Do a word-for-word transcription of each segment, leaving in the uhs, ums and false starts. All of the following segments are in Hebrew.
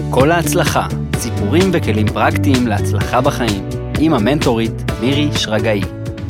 כל ההצלחה, סיפורים וכלים פרקטיים להצלחה בחיים, עם המנטורית מירי שרגאי.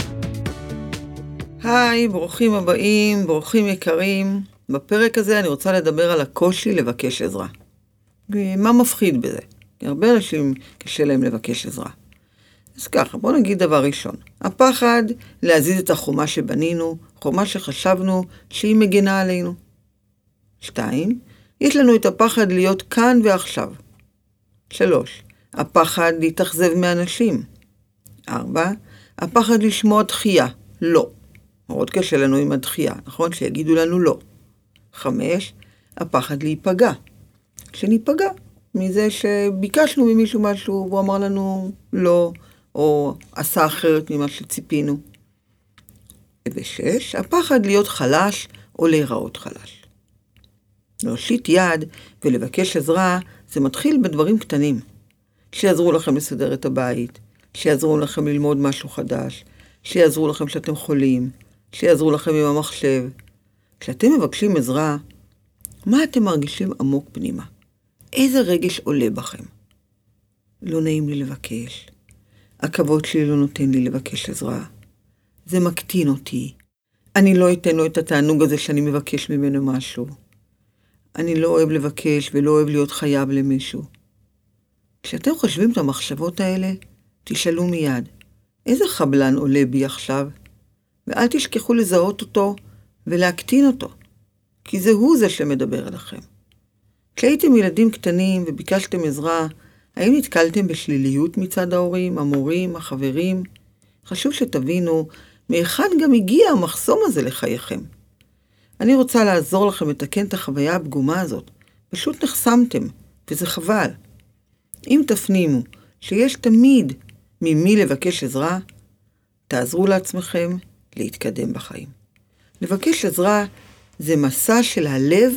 היי, ברוכים הבאים, ברוכים יקרים. בפרק הזה אני רוצה לדבר על הקושי לבקש עזרה. מה מפחיד בזה? כי הרבה אנשים קשה להם לבקש עזרה. אז ככה, בוא נגיד דבר ראשון. הפחד להזיז את החומה שבנינו, חומה שחשבנו שהיא מגנה עלינו. שתיים, יש לנו את הפחד להיות כאן ועכשיו. שלוש, הפחד להתאכזב מאנשים. ארבע, הפחד לשמוע דחייה. לא. מאוד קשה לנו עם הדחייה, נכון? שיגידו לנו לא. חמש, הפחד להיפגע. שניפגע מזה שביקשנו ממישהו משהו והוא אמר לנו לא, או עשה אחרת ממה שציפינו. ושש, הפחד להיות חלש או להיראות חלש. להושיט יד ולבקש עזרה, זה מתחיל בדברים קטנים. שיעזרו לכם לסדר את הבית, שיעזרו לכם ללמוד משהו חדש, שיעזרו לכם שאתם חולים, שיעזרו לכם עם המחשב. כשאתם מבקשים עזרה, מה אתם מרגישים עמוק פנימה? איזה רגש עולה בכם? לא נעים לי לבקש. הכבוד שלי לא נותן לי לבקש עזרה. זה מקטין אותי. אני לא אתן לו את התענוג הזה שאני מבקש ממנו משהו. אני לא אוהב לבקש ולא אוהב להיות חייב למישהו. כשאתם חושבים את המחשבות האלה, תשאלו מיד, איזה חבלן עולה בי עכשיו? ואל תשכחו לזהות אותו ולהקטין אותו, כי זה הוא זה שמדבר אליכם. כשהייתם ילדים קטנים וביקשתם עזרה, האם נתקלתם בשליליות מצד ההורים, המורים, החברים? חשוב שתבינו מאחד גם הגיע המחסום הזה לחייכם. אני רוצה לעזור לכם לתקן את החוויה הפגומה הזאת. פשוט נחסמתם, וזה חבל. אם תפנימו שיש תמיד ממי לבקש עזרה, תעזרו לעצמכם להתקדם בחיים. לבקש עזרה זה מסע של הלב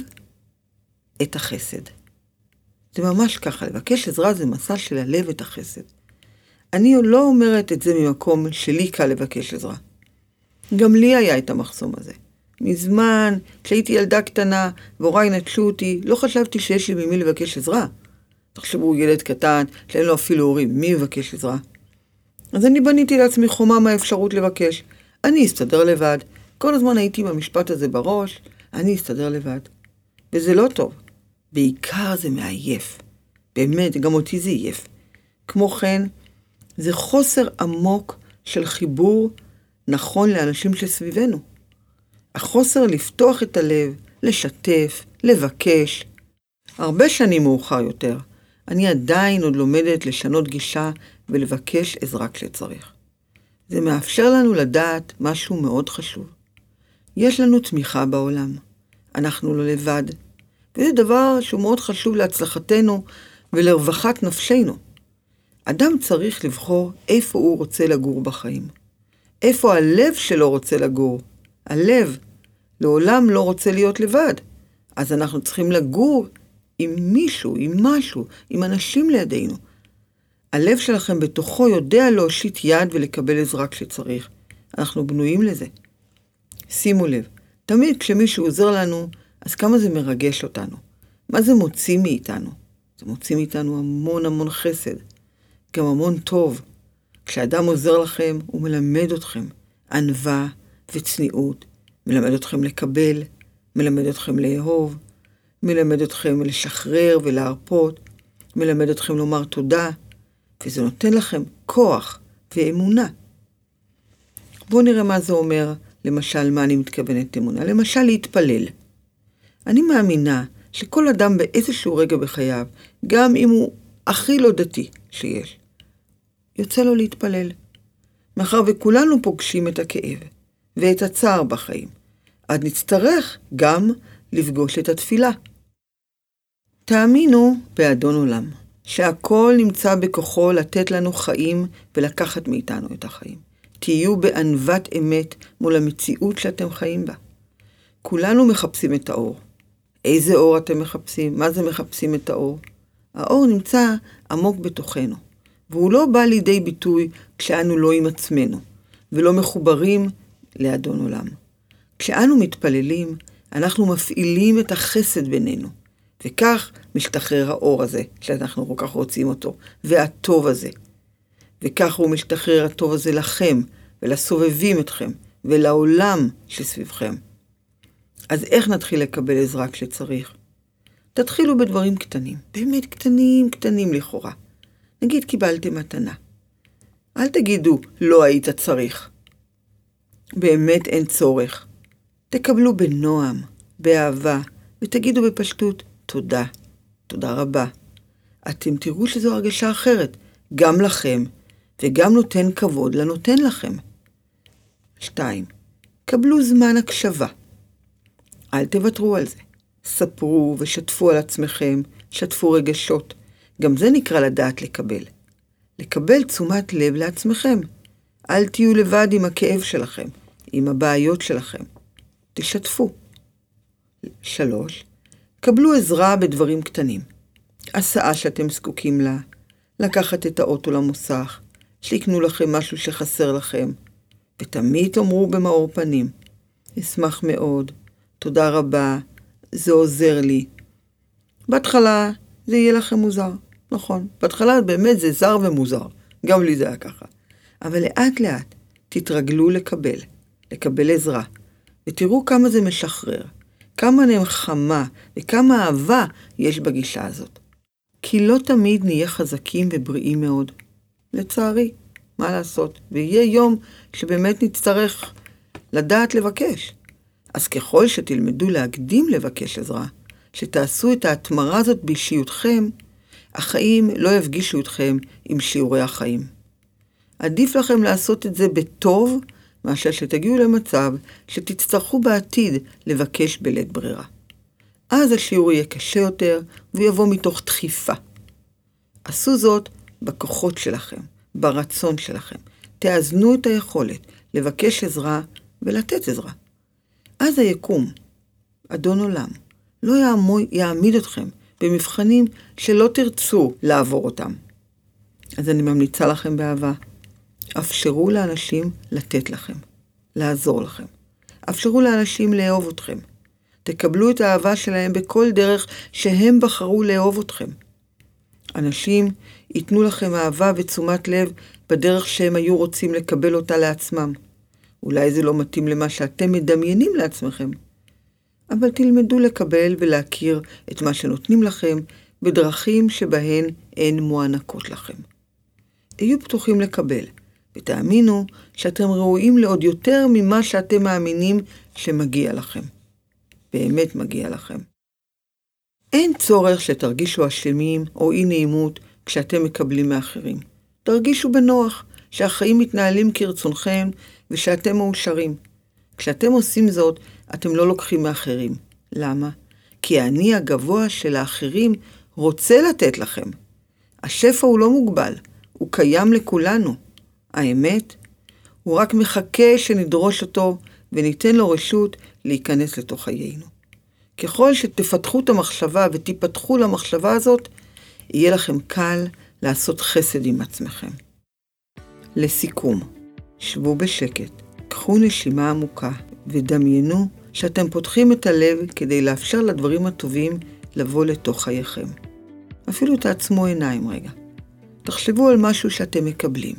את החסד. זה ממש ככה, לבקש עזרה זה מסע של הלב את החסד. אני לא אומרת את זה ממקום שלי קל לבקש עזרה. גם לי היה את המחסום הזה. מזמן, כשהייתי ילדה קטנה והוריי נטשו אותי, לא חשבתי שיש לי ממי לבקש עזרה. תחשבו, ילד קטן, שאין לו אפילו הורים, מי מבקש עזרה? אז אני בניתי לעצמי חומה מהאפשרות לבקש. אני אסתדר לבד. כל הזמן הייתי עם המשפט הזה בראש, אני אסתדר לבד. וזה לא טוב. בעיקר זה מעייף. באמת, גם אותי זה עייף. כמו כן, זה חוסר עמוק של חיבור נכון לאנשים שסביבנו. החוסר לפתוח את הלב, לשתף, לבקש. הרבה שנים מאוחר יותר, אני עדיין עוד לומדת לשנות גישה ולבקש עזרה כשצריך. זה מאפשר לנו לדעת משהו מאוד חשוב. יש לנו תמיכה בעולם. אנחנו לא לבד. וזה דבר שהוא מאוד חשוב להצלחתנו ולרווחת נפשנו. אדם צריך לבחור איפה הוא רוצה לגור בחיים. איפה הלב שלו רוצה לגור. הלב לעולם לא רוצה להיות לבד. אז אנחנו צריכים לגור עם מישהו, עם משהו, עם אנשים לידינו. הלב שלכם בתוכו יודע להושיט יד ולקבל עזרה כשצריך. אנחנו בנויים לזה. שימו לב, תמיד כשמישהו עוזר לנו, אז כמה זה מרגש אותנו. מה זה מוציא מאיתנו? זה מוציא מאיתנו המון המון חסד. גם המון טוב. כשאדם עוזר לכם, הוא מלמד אתכם ענווה וצניעות. מלמד אתכם לקבל, מלמד אתכם לאהוב, מלמד אתכם לשחרר ולהרפות, מלמד אתכם לומר תודה, וזה נותן לכם כוח ואמונה. בואו נראה מה זה אומר, למשל, מה אני מתכוונת אמונה. למשל, להתפלל. אני מאמינה שכל אדם באיזשהו רגע בחייו, גם אם הוא הכי לא דתי שיש, יוצא לו להתפלל. מאחר וכולנו פוגשים את הכאב ואת הצער בחיים, אז נצטרך גם לפגוש את התפילה. תאמינו באדון עולם, שהכל נמצא בכוחו לתת לנו חיים ולקחת מאיתנו את החיים. תהיו בענוות אמת מול המציאות שאתם חיים בה. כולנו מחפשים את האור. איזה אור אתם מחפשים? מה זה מחפשים את האור? האור נמצא עמוק בתוכנו, והוא לא בא לידי ביטוי כשאנו לא עם עצמנו, ולא מחוברים לאדון עולם. כשאנו מתפללים, אנחנו מפעילים את החסד בינינו, וכך משתחרר האור הזה, שאנחנו כל כך רוצים אותו, והטוב הזה. וכך הוא משתחרר הטוב הזה לכם, ולסובבים אתכם, ולעולם שסביבכם. אז איך נתחיל לקבל עזרה כשצריך? תתחילו בדברים קטנים, באמת קטנים, קטנים לכאורה. נגיד קיבלתם מתנה. אל תגידו, לא היית צריך. באמת אין צורך. תקבלו בנועם, באהבה, ותגידו בפשטות, תודה, תודה רבה. אתם תראו שזו הרגשה אחרת, גם לכם, וגם נותן כבוד לנותן לכם. שתיים, קבלו זמן הקשבה. אל תוותרו על זה. ספרו ושתפו על עצמכם, שתפו רגשות. גם זה נקרא לדעת לקבל. לקבל תשומת לב לעצמכם. אל תהיו לבד עם הכאב שלכם, עם הבעיות שלכם. תשתפו. שלוש, קבלו עזרה בדברים קטנים. הסעה שאתם זקוקים לה, לקחת את האוטו למוסך, שיקנו לכם משהו שחסר לכם, ותמיד תאמרו במאור פנים, אשמח מאוד, תודה רבה, זה עוזר לי. בהתחלה זה יהיה לכם מוזר, נכון, בהתחלה באמת זה זר ומוזר, גם לי זה היה ככה. אבל לאט לאט תתרגלו לקבל, לקבל עזרה, ותראו כמה זה משחרר, כמה נחמה וכמה אהבה יש בגישה הזאת. כי לא תמיד נהיה חזקים ובריאים מאוד. לצערי, מה לעשות? ויהיה יום שבאמת נצטרך לדעת לבקש. אז ככל שתלמדו להקדים לבקש עזרה, שתעשו את ההתמרה הזאת באישיותכם, החיים לא יפגישו אתכם עם שיעורי החיים. עדיף לכם לעשות את זה בטוב, מאשר שתגיעו למצב שתצטרכו בעתיד לבקש בלית ברירה. אז השיעור יהיה קשה יותר, והוא יבוא מתוך דחיפה. עשו זאת בכוחות שלכם, ברצון שלכם. תאזנו את היכולת לבקש עזרה ולתת עזרה. אז היקום, אדון עולם, לא יעמוד, יעמיד אתכם במבחנים שלא תרצו לעבור אותם. אז אני ממליצה לכם באהבה, אפשרו לאנשים לתת לכם, לעזור לכם. אפשרו לאנשים לאהוב אתכם. תקבלו את האהבה שלהם בכל דרך שהם בחרו לאהוב אתכם. אנשים ייתנו לכם אהבה ותשומת לב בדרך שהם היו רוצים לקבל אותה לעצמם. אולי זה לא מתאים למה שאתם מדמיינים לעצמכם. אבל תלמדו לקבל ולהכיר את מה שנותנים לכם בדרכים שבהן הן מוענקות לכם. היו פתוחים לקבל, ותאמינו שאתם ראויים לעוד יותר ממה שאתם מאמינים שמגיע לכם. באמת מגיע לכם. אין צורך שתרגישו אשמים או אי נעימות כשאתם מקבלים מאחרים. תרגישו בנוח שהחיים מתנהלים כרצונכם ושאתם מאושרים. כשאתם עושים זאת, אתם לא לוקחים מאחרים. למה? כי האני הגבוה של האחרים רוצה לתת לכם. השפע הוא לא מוגבל, הוא קיים לכולנו. האמת, הוא רק מחכה שנדרוש אותו וניתן לו רשות להיכנס לתוך חיינו. ככל שתפתחו את המחשבה ותיפתחו למחשבה הזאת, יהיה לכם קל לעשות חסד עם עצמכם. לסיכום, שבו בשקט, קחו נשימה עמוקה ודמיינו שאתם פותחים את הלב כדי לאפשר לדברים הטובים לבוא לתוך חייכם. אפילו תעצמו עיניים רגע. תחשבו על משהו שאתם מקבלים.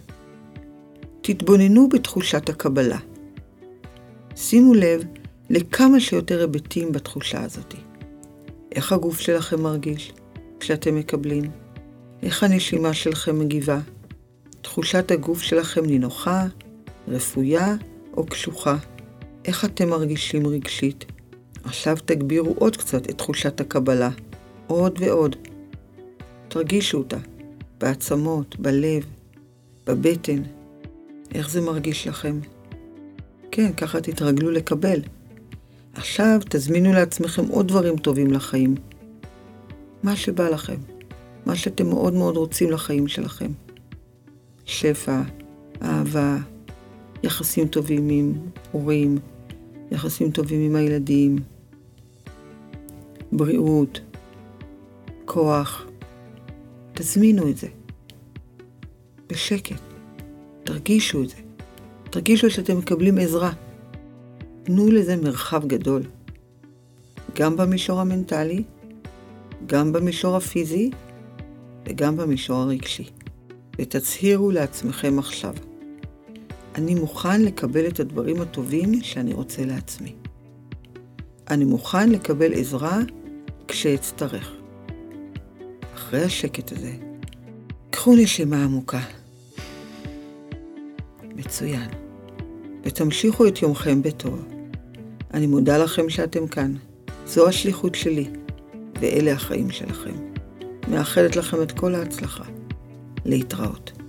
תתבוננו בתחושת הקבלה. שימו לב לכמה שיותר היבטים בתחושה הזאת. איך הגוף שלכם מרגיש כשאתם מקבלים? איך הנשימה שלכם מגיבה? תחושת הגוף שלכם נינוחה, רפויה או קשוחה? איך אתם מרגישים רגשית? עכשיו תגבירו עוד קצת את תחושת הקבלה. עוד ועוד. תרגישו אותה. בעצמות, בלב, בבטן. איך זה מרגיש לכם? כן, ככה תתרגלו לקבל. עכשיו תזמינו לעצמכם עוד דברים טובים לחיים. מה שבא לכם. מה שאתם מאוד מאוד רוצים לחיים שלכם. שפע, אהבה, יחסים טובים עם הורים, יחסים טובים עם הילדים, בריאות, כוח. תזמינו את זה. בשקט. תרגישו את זה. תרגישו שאתם מקבלים עזרה. תנו לזה מרחב גדול. גם במישור המנטלי, גם במישור הפיזי וגם במישור הרגשי. ותצהירו לעצמכם עכשיו. אני מוכן לקבל את הדברים הטובים שאני רוצה לעצמי. אני מוכן לקבל עזרה כשאצטרך. אחרי השקט הזה, קחו נשימה עמוקה. מצוין. ותמשיכו את יומכם בטוב. אני מודה לכם שאתם כאן. זו השליחות שלי, ואלה החיים שלכם. מאחלת לכם את כל ההצלחה. להתראות.